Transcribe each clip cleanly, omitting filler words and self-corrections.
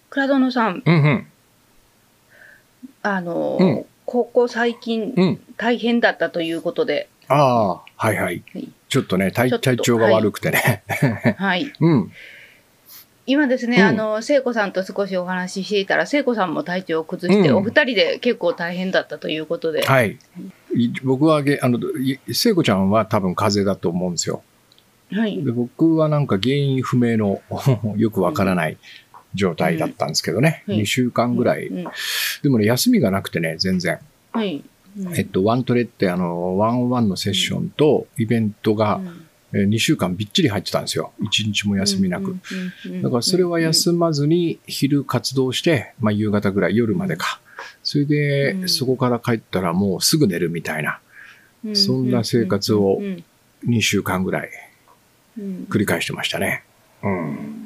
倉殿さん、 うんうん。うん。 ここ最近うん。 大変だったということで、 ああ、はいはい。 はい、 ちょっとね、 ちょっと、 体調がはい、 悪くてね。 はい。 うん。 今ですね、 うん。 聖子さんと少しお話ししていたら、聖子さんも体調を崩して、おうん。 二人で結構大変だったということで、 はい。僕は聖子ちゃんは多分風邪だと思うんですよ。 はい。 で、僕はなんか原因不明のよくわからない状うん、 態だったんですけどね。 はい。 2週間うん、 ぐらい。 うん、 でもね、休みがなくてね、全然。 はい。うん、 ワントレってワンワンのセッションとイベントがうん、 2週間びっちり入ってたんですよ。1日もうん、 休みなく。 うん、うん、 だからそれは休まずに昼活動して、まあ夕方ぐらい夜までか。それで、そこから帰ったらもうすぐ寝るみたいな、そんな生活を2週間ぐらい繰り返してましたね。うん。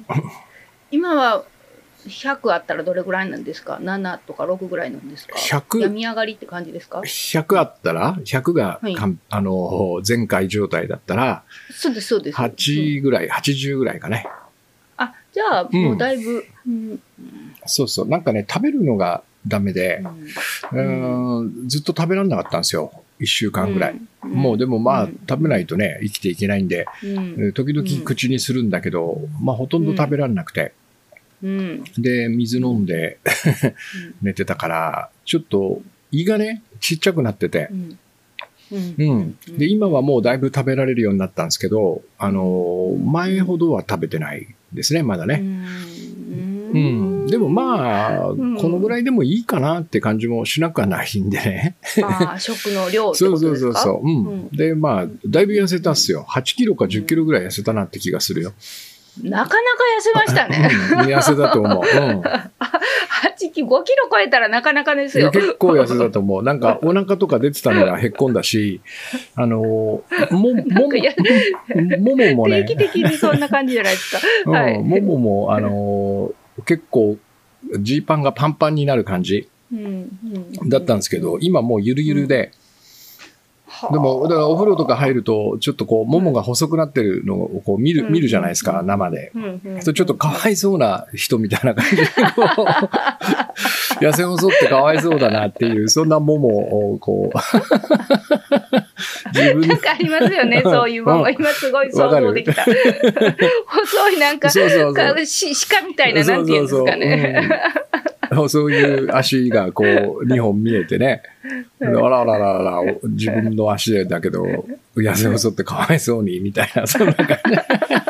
今は100あったらどれぐらいなんですか？ 7 とか6ぐらいなんですか？病 100、 み上がりって感じですか 100あったら、100がはい。 前回状態だったら、 そうです、そうです。 8ぐらい、80ぐらいかね。 あ、じゃあ、もうだいぶ、 そうそう。なんかね、食べるのがダメで、ずっと食べられなかったんですよ。1週間ぐらい。もうでもまあ、食べないとね、生きていけないんで、時々口にするんだけど、まあほとんど食べられなくて。で、水飲んで寝てたから、ちょっと胃がね、ちっちゃくなってて、で、今はもうだいぶ食べられるようになったんですけど、前ほどは食べてないですね、まだね。でもまあ、このぐらいでもいいかなって感じもしなくはないんでね。 ああ、食の量ってことですか？ そう。で、まあ、だいぶ痩せたっすよ。8キロか10キロぐらい痩せたなって気がするよ。 なかなか痩せましたね。 痩せたと思う。 5キロ超えたらなかなかですよ。 結構痩せたと思う。なんかお腹とか出てたのがへっこんだし、もももね。 定期的にそんな感じじゃないですか。はい。 ももも、結構ジーパンがパンパンになる感じだったんですけど、今もうゆるゆるで、でも、だからお風呂とか入ると、ちょっとこう、ももが細くなってるのをこう見るじゃないですか、生で。ちょっとかわいそうな人みたいな感じで、痩せ細ってかわいそうだなっていう、そんなももをこう、 自分なんかありますよね、そういうもも。今すごい想像できた。細いなんか、鹿みたいな、なんていうんですかね。 そういう足がこう2本見えてね。あらららら、自分の足でだけど、痩せ細ってかわいそうに、みたいな、そんな感じ。今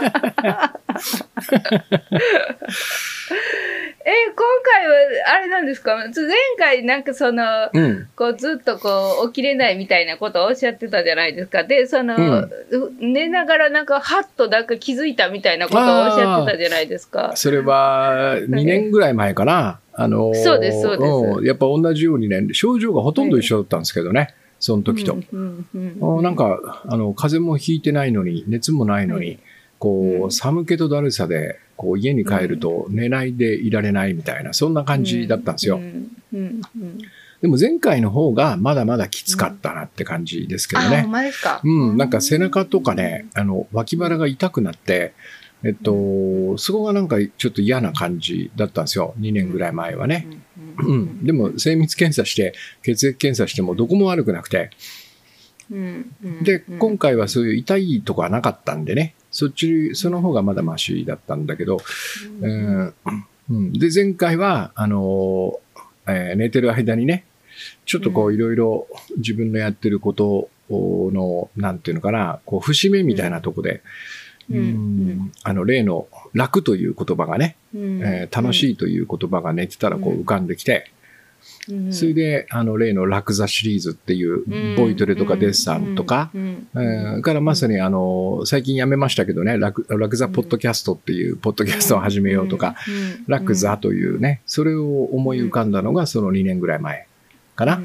回は、あれなんですか？前回なんかこうずっとこう起きれないみたいなことをおっしゃってたじゃないですか。で、寝ながらなんかハッとなんか気づいたみたいなことをおっしゃってたじゃないですか。 それは2年ぐらい前かな。 そうです、そうです。 やっぱ同じようにね、症状がほとんど一緒だったんですけどね。その時と。なんか、風邪もひいてないのに、熱もないのに、こう、寒気とだるさで、こう、家に帰ると寝ないでいられないみたいな、そんな感じだったんですよ。でも前回の方がまだまだきつかったなって感じですけどね。なんか背中とかね、脇腹が痛くなって、そこがなんかちょっと嫌な感じだったんですよ。2年ぐらい前はね。でも精密検査して、血液検査してもどこも悪くなくて。で、今回はそういう痛いとこはなかったんでね。その方がまだマシだったんだけど。で、前回は、寝てる間にね、ちょっとこういろいろ自分のやってることの、なんていうのかな、こう節目みたいなとこで、例の楽という言葉がね、楽しいという言葉が寝てたらこう浮かんできて、それで例の楽座シリーズっていうボイトレとかデッサンとか、からまさに最近やめましたけどね、楽座ポッドキャストっていうポッドキャストを始めようとか、楽座というね、それを思い浮かんだのがその2年ぐらい前かな。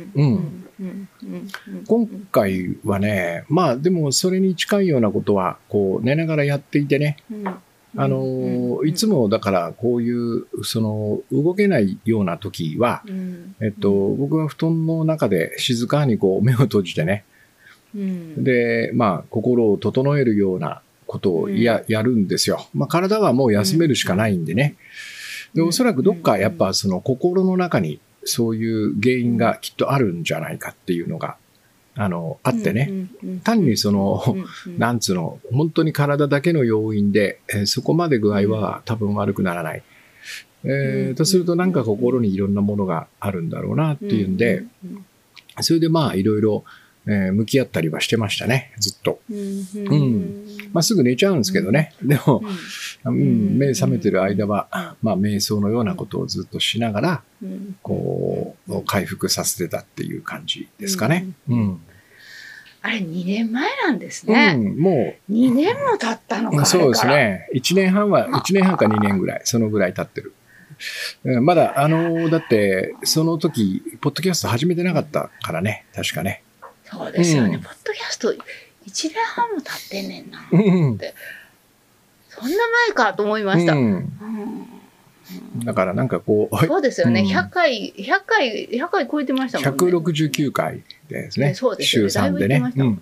今回はね、まあでもそれに近いようなことはこう寝ながらやっていてね、いつもだからこういう動けないような時は、僕は布団の中で静かにこう目を閉じてね、でまあ心を整えるようなことをやるんですよ。まあ体はもう休めるしかないんでね。 で、おそらくどっかやっぱその心の中にそういう原因がきっとあるんじゃないかっていうのが、あってね。単にその、なんつうの、本当に体だけの要因で、そこまで具合は多分悪くならない。とするとなんか心にいろんなものがあるんだろうなっていうんで、それでまあいろいろ向き合ったりはしてましたね、ずっと。まあすぐ寝ちゃうんですけどね。でも、目覚めてる間は、まあ瞑想のようなことをずっとしながら、こう、回復させてたっていう感じですかね。 あれ2年前なんですね。 もう。 2年も経ったのか。 そうですね。1年半か2年ぐらい、そのぐらい経ってる。まだ、だって、その時、ポッドキャスト始めてなかったからね、確かね。 そうですよね。ポッドキャスト1年半も経ってんねんな。って。そんな前かと思いました。 だからなんかこう。 そうですよね。100回超えてましたもんね。 169回ですね。 そうですよね。 週3でね。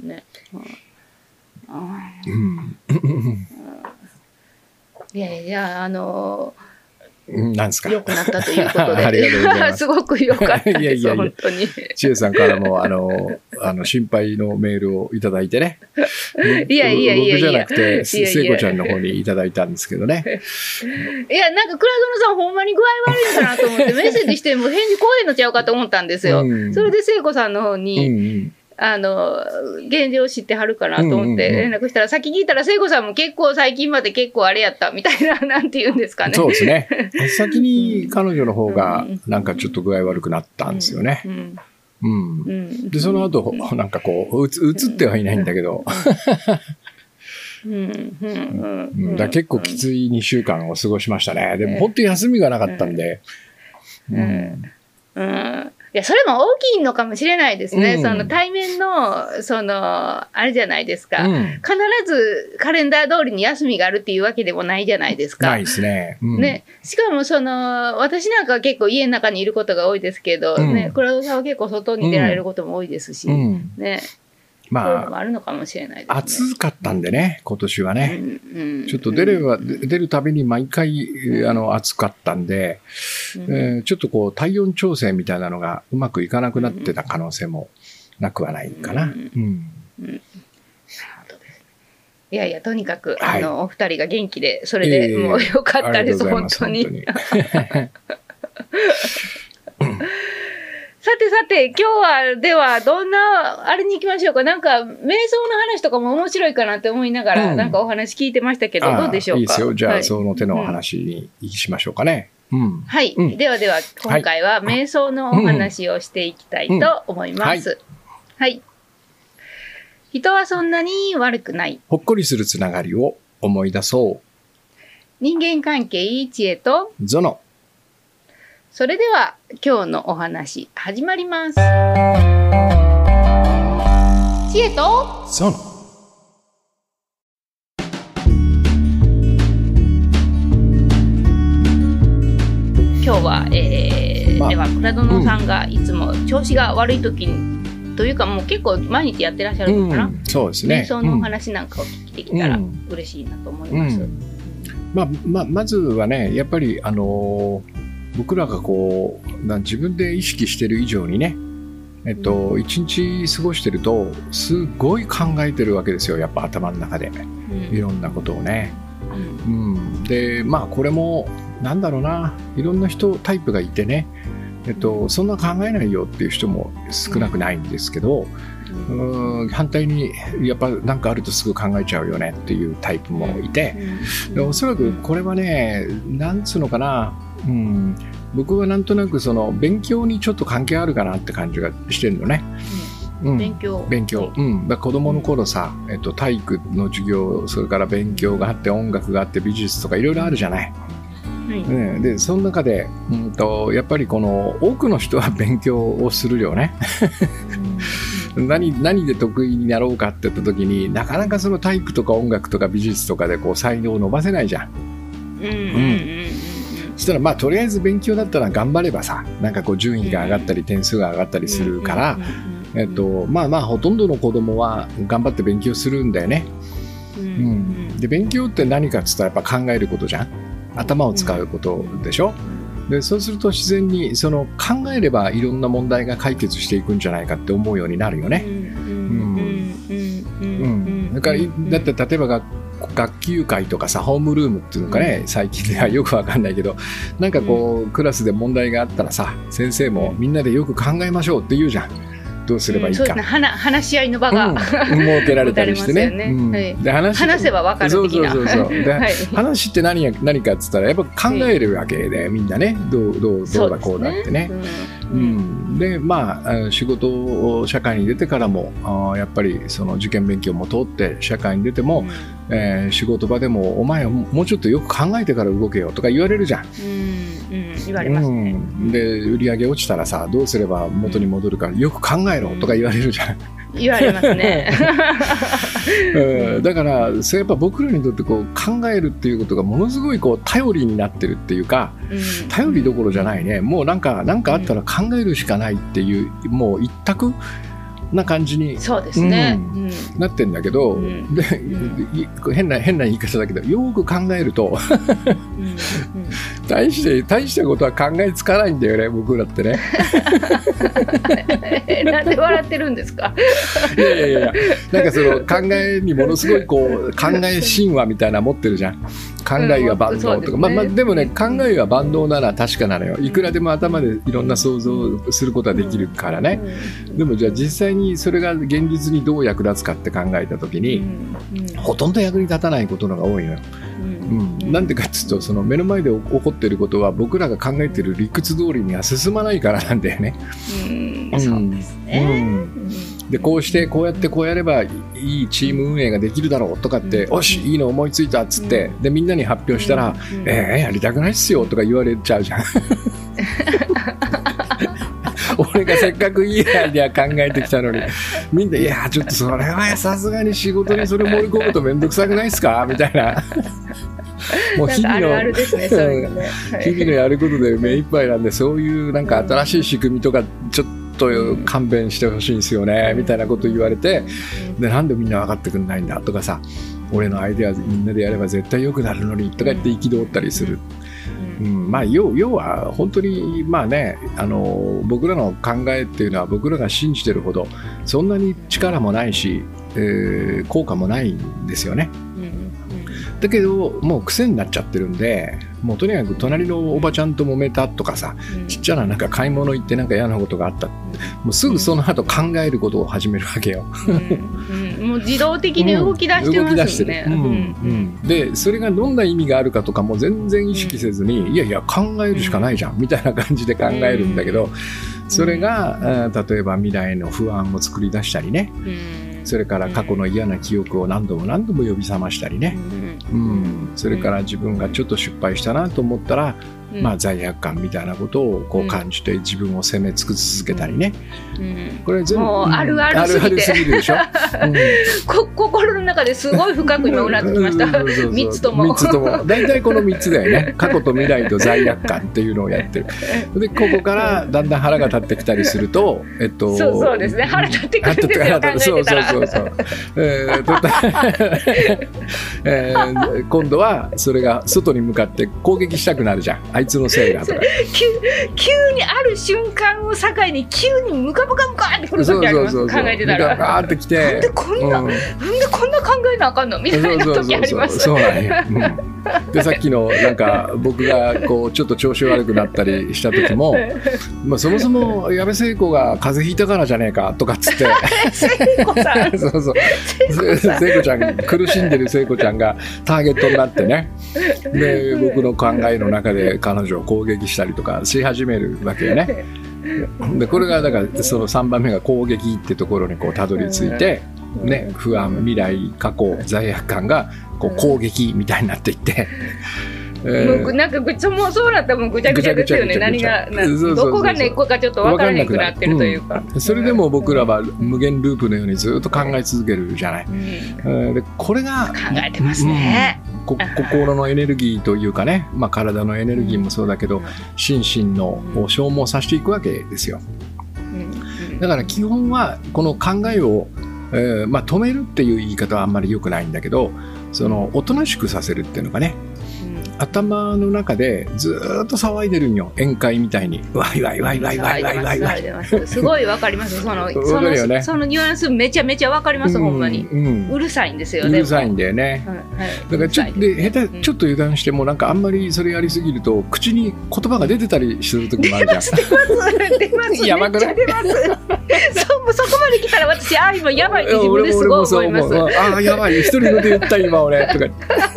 いやいや、 なんですか。 良くなったということで。 ありがとうございます。 すごく良かったです、本当に。 千恵さんからも、心配のメールをいただいてね。 いや。 僕じゃなくて、聖子ちゃんの方にいただいたんですけどね。 いや、なんか、倉園さんほんまに具合悪いんかなと思って、メッセージしても返事来えんのちゃうかと思ったんですよ。それで聖子さんの方に、現状を知ってはるかなと思って連絡したら、先聞いたら聖子さんも結構最近まで結構あれやったみたいな、なんて言うんですかね。 そうですね。先に彼女の方がなんかちょっと具合悪くなったんですよね。で、その後、なんかこう、映ってはいないんだけど。だ結構きつい2週間を過ごしましたね。でも本当に休みがなかったんで。 いや、それも大きいのかもしれないですね。その対面の、あれじゃないですか。必ずカレンダー通りに休みがあるっていうわけでもないじゃないですか。 ないですね。 ね。しかも私なんかは結構家の中にいることが多いですけど、ね、倉田さんは結構外に出られることも多いですし、ね。まあ、あるのかもしれないですね。 暑かったんでね、今年はね。ちょっと出るたびに毎回、暑かったんで、ちょっとこう、体温調整みたいなのがうまくいかなくなってた可能性もなくはないかな。なるほどですね。 いや、とにかく、お二人が元気で、それでもうよかったです、本当に。さて、今日は、では、どんな、あれに行きましょうか。なんか、瞑想の話とかも面白いかなって思いながら、なんかお話聞いてましたけど、どうでしょうか。 いいですよ。じゃあ、その手のお話にしましょうかね。 はい。では、今回は瞑想のお話をしていきたいと思います。はい。人はそんなに悪くない。 ほっこりするつながりを思い出そう。 人間関係知恵とゾノ。 それでは今日のお話始まります。知恵とゾノ。 今日は、では倉園さんがいつも調子が悪い時に、というかもう結構毎日やってらっしゃるのかな。 そうですね。 瞑想のお話なんかを聞いてきたら嬉しいなと思います。 まずはね、やっぱり僕らがこう自分で意識してる以上にね、一日過ごしてるとすごい考えてるわけですよ、やっぱ頭の中で、いろんなことをね。でこれもなんだろうな、いろんな人タイプがいてね、そんな考えないよっていう人も少なくないんですけど、反対にやっぱ何かあるとすぐ考えちゃうよねっていうタイプもいて、おそらくこれはね、なんつうのかな、僕はなんとなくその勉強にちょっと関係あるかなって感じがしてるのね。 勉強。 子供の頃さ、体育の授業、それから勉強があって音楽があって美術とかいろいろあるじゃない。でその中で、やっぱりこの多くの人は勉強をするよね。何で得意になろうかって言った時になかなかその体育とか音楽とか美術とかでこう才能を伸ばせないじゃん。そしたらとりあえず勉強だったら頑張ればさ、なんかこう順位が上がったり点数が上がったりするから、ほとんどの子供は頑張って勉強するんだよね。で勉強って何かっつったらやっぱ考えることじゃん。 頭を使うことでしょ。でそうすると自然にその考えればいろんな問題が解決していくんじゃないかって思うようになるよね。だからだって例えば学級会とかさ、ホームルームっていうのかね、最近ではよくわかんないけど、なんかこう、クラスで問題があったらさ、先生もみんなでよく考えましょうって言うじゃん。どうすればいいか、 そうですね、話し合いの場が、 設けられたりしてね。 で話せば分かる的な。 話って何かっつったらやっぱ考えるわけで、みんなね、どうだこうだってね。でまあ仕事を社会に出てからもやっぱりその受験勉強も通って社会に出ても、仕事場でもお前はもうちょっとよく考えてから動けよとか言われるじゃん。 言われますね。 で売り上げ落ちたらさ、どうすれば元に戻るかよく考えろとか言われるじゃん。 言われますね。 だからそれやっぱ僕らにとってこう考えるっていうことがものすごいこう頼りになってるっていうか、頼りどころじゃないね。もうなんかあったら考えるしかないっていう、もう一択な感じにそうですね、 なってんだけど、で変な言い方だけど、よく考えると大したことは考えつかないんだよね、僕らってね。 なんで笑ってるんですか。 いやなんかその考えにものすごいこう考え神話みたいな持ってるじゃん。考えが万能とか、でもね、考えが万能なのは確かなのよ。いくらでも頭でいろんな想像することはできるからね。でもじゃあ実際にそれが現実にどう役立つかって考えた時に、ほとんど役に立たないことのが多いのよ。なんでかっていうと、その目の前で起こっていることは僕らが考えている理屈通りには進まないからなんだよね。 そうですね。 でこうやってこうやればいいチーム運営ができるだろうとかって、おしいいの思いついたっつって、でみんなに発表したら、やりたくないっすよとか言われちゃうじゃん。俺がせっかくいいアイデア考えてきたのに、みんな、いやちょっとそれはさすがに仕事にそれ盛り込むとめんどくさくないっすかみたいな。もう日々のやることで目いっぱいなんで、そういうなんか新しい仕組みとかちょっと勘弁してほしいんですよねみたいなこと言われて、でなんでみんな分かってくんないんだとかさ、俺のアイデアみんなでやれば絶対良くなるのにとか言って憤ったりする。まあ、要は本当にまあね、僕らの考えっていうのは僕らが信じてるほどそんなに力もないし、効果もないんですよね。だけどもう癖になっちゃってるんで、もうとにかく隣のおばちゃんと揉めたとかさ、ちっちゃななんか買い物行ってなんか嫌なことがあった、もうすぐその後考えることを始めるわけよ。 もう自動的に動き出してますよね。 でそれがどんな意味があるかとかも全然意識せずに、いや考えるしかないじゃんみたいな感じで考えるんだけど、それが例えば未来の不安を作り出したりね、それから過去の嫌な記憶を何度も呼び覚ましたりね、それから自分がちょっと失敗したなと思ったら、まあ、罪悪感みたいなことをこう感じて自分を責め続けたりね、これ全部あるあるすぎるでしょ。心の中ですごい深く今うなってきました。3つとも大体この3つだよね。過去と未来と罪悪感っていうのをやってる。でここからだんだん腹が立ってきたりすると、 そうですね、腹立ってくるんですよ、考えてたら。 今度はそれが外に向かって攻撃したくなるじゃん、あいつのせいだとか。 急にある瞬間を境に急にムカってくる時あります。考えてたらムカってきて、なんでこんな考えなあかんのみたいな時あります。 そうなんよ。でさっきのなんか僕がこうちょっと調子悪くなったりした時も、まあ、そもそも矢部聖子が風邪ひいたからじゃねえかとかっつって、 聖子さん聖子ちゃん、苦しんでる聖子ちゃんがターゲットになってね、で僕の考えの中で彼女を攻撃したりとかし始めるわけよね。でこれがだからその3番目が攻撃ってところにこうたどり着いて、ね、不安、未来、過去、罪悪感がこう攻撃みたいになっていって、 なんかもうそうなったらもうぐちゃぐちゃですよね。何がどこが根っこかちょっと分からなくなってるというか、 それでも僕らは無限ループのようにずっと考え続けるじゃない。でこれが考えてますね。 心のエネルギーというかね、まあ、体のエネルギーもそうだけど、心身の消耗させていくわけですよ。だから基本はこの考えを、まあ、止めるっていう言い方はあんまり良くないんだけど、そのおとなしくさせるっていうのがね、 頭の中でずーっと騒いでるんよ、宴会みたいに。わいわいわいわいわいわいわいわい。 すごいわかります。そのニュアンスめちゃめちゃわかります、ほんまに。うるさいんですよね。 うるさいんだよね。だからちょっと油断してもなんかあんまりそれやりすぎると口に言葉が出てたりする時もあるじゃん。 出ますやばくない？そこまで来たら私今やばいって自分ですごい思います。 やばい、一人ので言った今俺とか。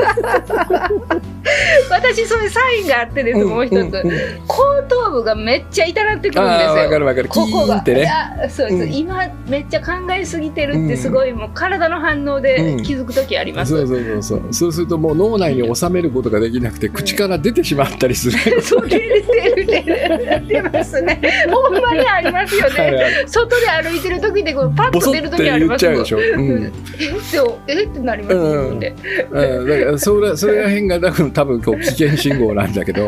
私そういうサインがあってです、もう一つ、後頭部がめっちゃ痛なってくるんですよ。 わかるわかる。 ここがそうです、今めっちゃ考えすぎてるってすごいもう体の反応で気づく時あります。 そうするともう脳内に収めることができなくて口から出てしまったりする。 そう出ますね。ほんまにありますよね。外で歩いてる時でこうパッと出る時ありますもん。ボソって言っちゃうでしょ。ってなりますもんね。 だからそれらへんが多分こう危険信号なんだけど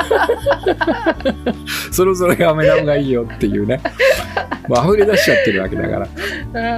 そろそろやめた方がいいよっていうね、もう溢れ出しちゃってるわけだから。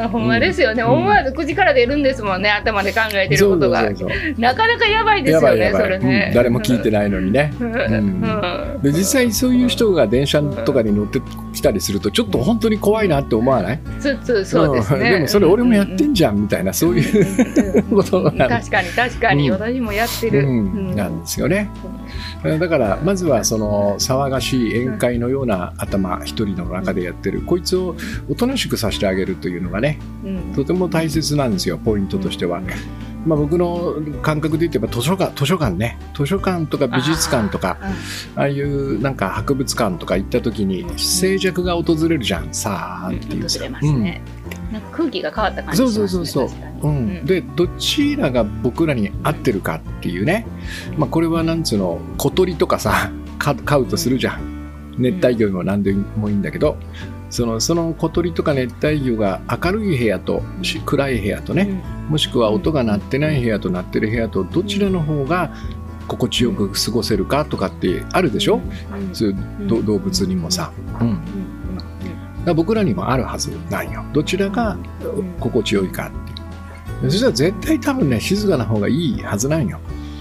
ほんまですよね。思わず口から出るんですもんね、頭で考えてることが。なかなかやばいですよね、それね。 誰も聞いてないのにね。で実際そういう人が電車とかに乗ってきたりするとちょっと本当に怖いなって思わない？ そうですね。 でもそれ俺もやってんじゃんみたいな、そういうことなん確かに私もやってるなんですよね。だからまずはその騒がしい宴会のような頭一人の中でやってるこいつをおとなしくさせてあげるというのがね、とても大切なんですよ、ポイントとしては。僕の感覚で言ってば図書館ね、図書館とか美術館とかああいうなんか博物館とか行った時に静寂が訪れるじゃん、さあっていうさ、 なんか空気が変わった感じしますね。 そうでどちらが僕らに合ってるかっていうね、これはなんつうの小鳥とかさ飼うとするじゃん、熱帯魚も何でもいいんだけど、その小鳥とか熱帯魚が明るい部屋と暗い部屋とね、もしくは音が鳴ってない部屋と鳴ってる部屋とどちらの方が心地よく過ごせるかとかってあるでしょ、そういう動物にもさ、僕らにもあるはずなんよ、どちらが心地よいかって。そしたら絶対多分ね静かな方がいいはずなんよ。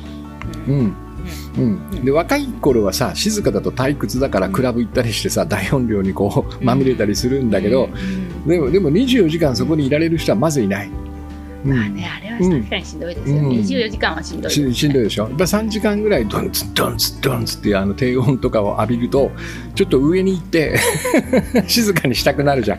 で若い頃はさ静かだと退屈だからクラブ行ったりしてさ大音量にこうまみれたりするんだけど、でも24時間そこにいられる人はまずいない。 あれは確かにしんどいですよ、24時間はしんどいです、 しんどいでしょ。3時間ぐらいドンツドンツドンツっていう低音とかを浴びるとちょっと上に行って静かにしたくなるじゃん。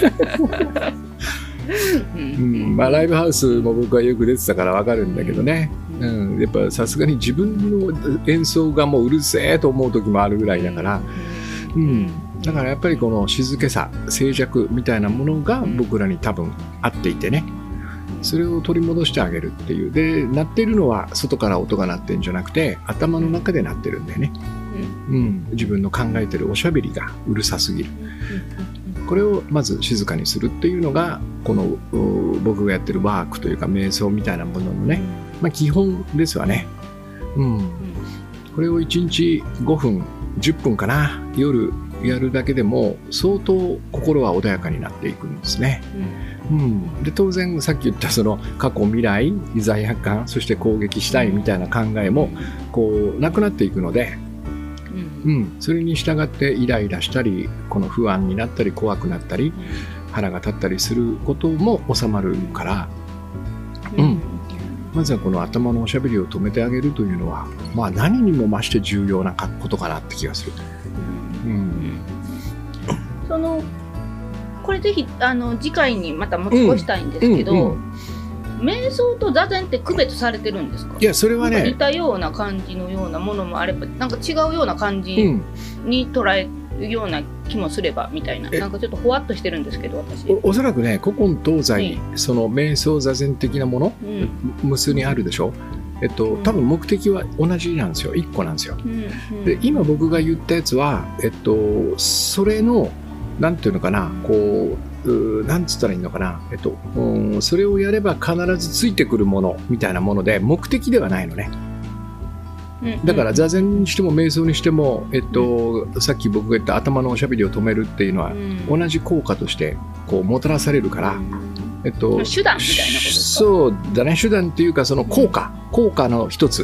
ライブハウスも僕はよく出てたから分かるんだけどね、やっぱさすがに自分の演奏がもううるせえと思う時もあるぐらいだから、だからやっぱりこの静けさ静寂みたいなものが僕らに多分合っていてね、それを取り戻してあげるっていう。で鳴ってるのは外から音が鳴ってるんじゃなくて頭の中で鳴ってるんだよね、自分の考えてるおしゃべりがうるさすぎる、これをまず静かにするっていうのがこの僕がやってるワークというか瞑想みたいなもののね、基本ですわね。これを1日5分10分かな夜やるだけでも相当心は穏やかになっていくんですね。で当然さっき言ったその過去未来罪悪感そして攻撃したいみたいな考えもこうなくなっていくので、それに従ってイライラしたりこの不安になったり怖くなったり腹が立ったりすることも収まるから、まずはこの頭のおしゃべりを止めてあげるというのは、何にも増して重要なことかなって気がする。 これぜひ次回にまた持ち越したいんですけど、瞑想と座禅って区別されてるんですか？ いやそれはね似たような感じのようなものもあればなんか違うような感じに捉えるような気もすればみたいな、なんかちょっとほわっとしてるんですけど私おそらくね古今東西、その瞑想座禅的なもの、無数にあるでしょ。多分目的は同じなんですよ、1個なんですよ。で今僕が言ったやつはそれのなんていうのかな、こうなんつったらいいのかな、それをやれば必ずついてくるものみたいなもので目的ではないのね。だから座禅にしても瞑想にしても、さっき僕が言った頭のおしゃべりを止めるっていうのは、同じ効果としてこうもたらされるから、 手段みたいなことですか？ そうだね、手段っていうかその効果の一つ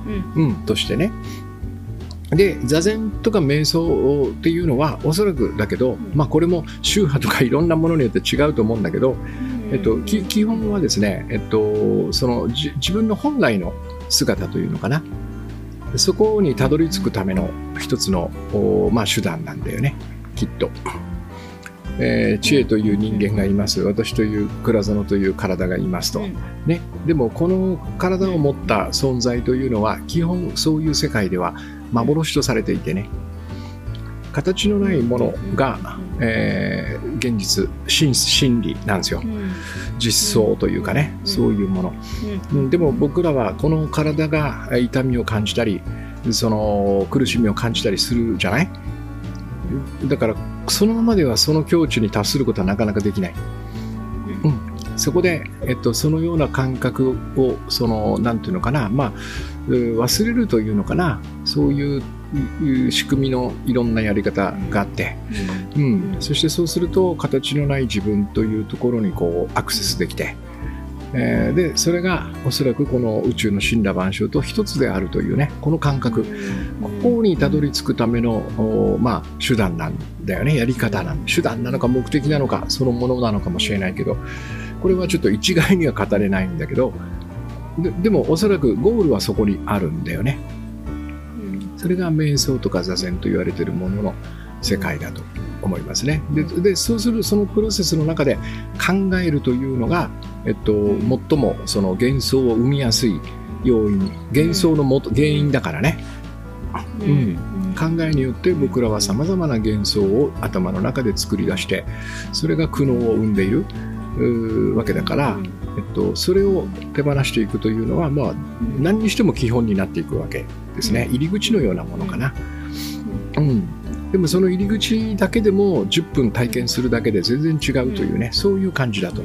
としてね。で座禅とか瞑想っていうのはおそらくだけど、これも宗派とかいろんなものによって違うと思うんだけど、基本はですね、その自分の本来の姿というのかな、そこにたどり着くための一つの、手段なんだよね、きっと。知恵という人間がいます、私という倉園という体がいますと、ね、でもこの体を持った存在というのは基本そういう世界では幻とされていてね、形のないものが、現実真理なんですよ、実相というかね、そういうもの、でも僕らはこの体が痛みを感じたりその苦しみを感じたりするじゃない。だからそのままではその境地に達することはなかなかできない、そこで、そのような感覚をなんていうのかな、忘れるというのかな、そういう仕組みのいろんなやり方があって、そしてそうすると形のない自分というところにこうアクセスできて、でそれがおそらくこの宇宙の森羅万象と一つであるというね、この感覚、ここにたどり着くための手段なんだよね、やり方手段なのか目的なのかそのものなのかもしれないけど、これはちょっと一概には語れないんだけど、でもおそらくゴールはそこにあるんだよね。それが瞑想とか座禅と言われているものの世界だと思いますね。でそうするそのプロセスの中で考えるというのが、最もその幻想を生みやすい要因、幻想の原因だからね、考えによって僕らはさまざまな幻想を頭の中で作り出して、それが苦悩を生んでいるわけだから、それを手放していくというのは、何にしても基本になっていくわけですね。入り口のようなものかな。でもその入り口だけでも10分体験するだけで全然違うというね、そういう感じだと。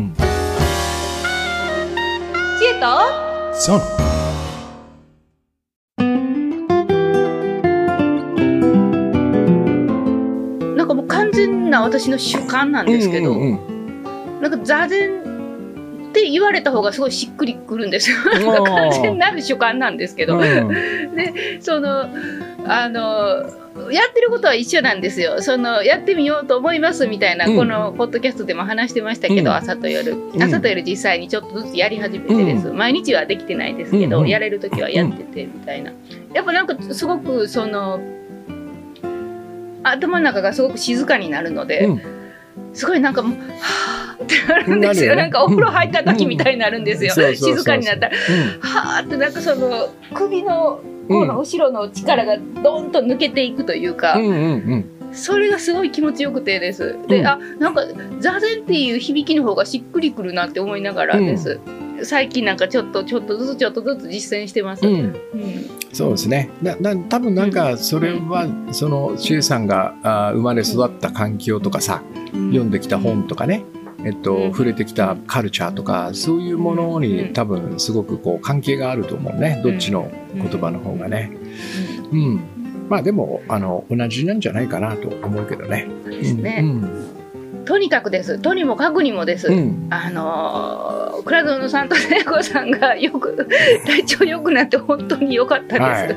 知恵とそうなんかもう完全な私の主観なんですけど、なんか座禅って言われた方がすごいしっくりくるんですよ。完全なる主観なんですけど、でやってることは一緒なんですよ。やってみようと思いますみたいな、このポッドキャストでも話してましたけど、朝と夜実際にちょっとずつやり始めてです、毎日はできてないですけど、やれる時はやっててみたいな、やっぱなんかすごく頭の中がすごく静かになるので、すごいなんかもうはーってなるんですよ。なんかお風呂入った時みたいになるんですよ。静かになったらはーって、なんか首のこの後ろの力がドンと抜けていくというか、それがすごい気持ちよくてです。で、なんか座禅っていう響きの方がしっくりくるなって思いながらです。最近なんかちょっとずつ実践してます。 そうですね。多分なんかそれは千恵さんが生まれ育った環境とかさ、読んできた本とかね、触れてきたカルチャーとか、そういうものに多分すごくこう関係があると思うね、どっちの言葉の方がね。でも同じなんじゃないかなと思うけどね。 ですね。とにかくです。とにもかくにもです。倉園さんと聖子さんが体調良くなって本当に良かったです。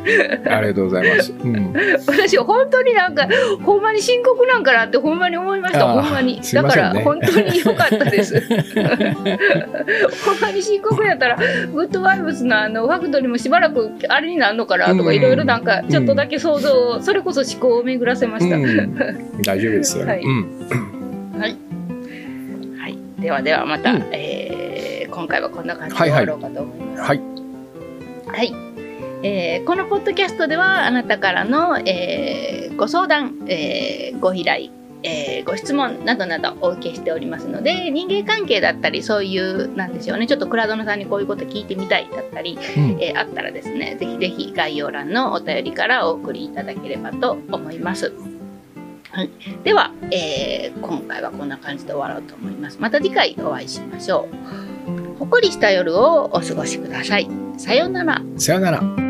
ありがとうございます。 私本当になんかほんまに深刻なんかなってほんまに思いました。ほんまに。だから本当に良かったです。ほんまに深刻やったらグッドバイブスのファクトリーもしばらくあれになるのかなとか、いろいろなんかちょっとだけ想像を、それこそ思考を巡らせました。 大丈夫ですよ。 ではまた、今回はこんな感じで終わろうかと思います。このポッドキャストではあなたからの、ご相談、ご依頼、ご質問などなどお受けしておりますので、人間関係だったりそういうなんでしょうね、ちょっと倉園さんにこういうこと聞いてみたいだったり、あったらですね、ぜひぜひ概要欄のお便りからお送りいただければと思います。では、今回はこんな感じで終わろうと思います。また次回お会いしましょう。ほっこりした夜をお過ごしください。さようなら。 さようなら。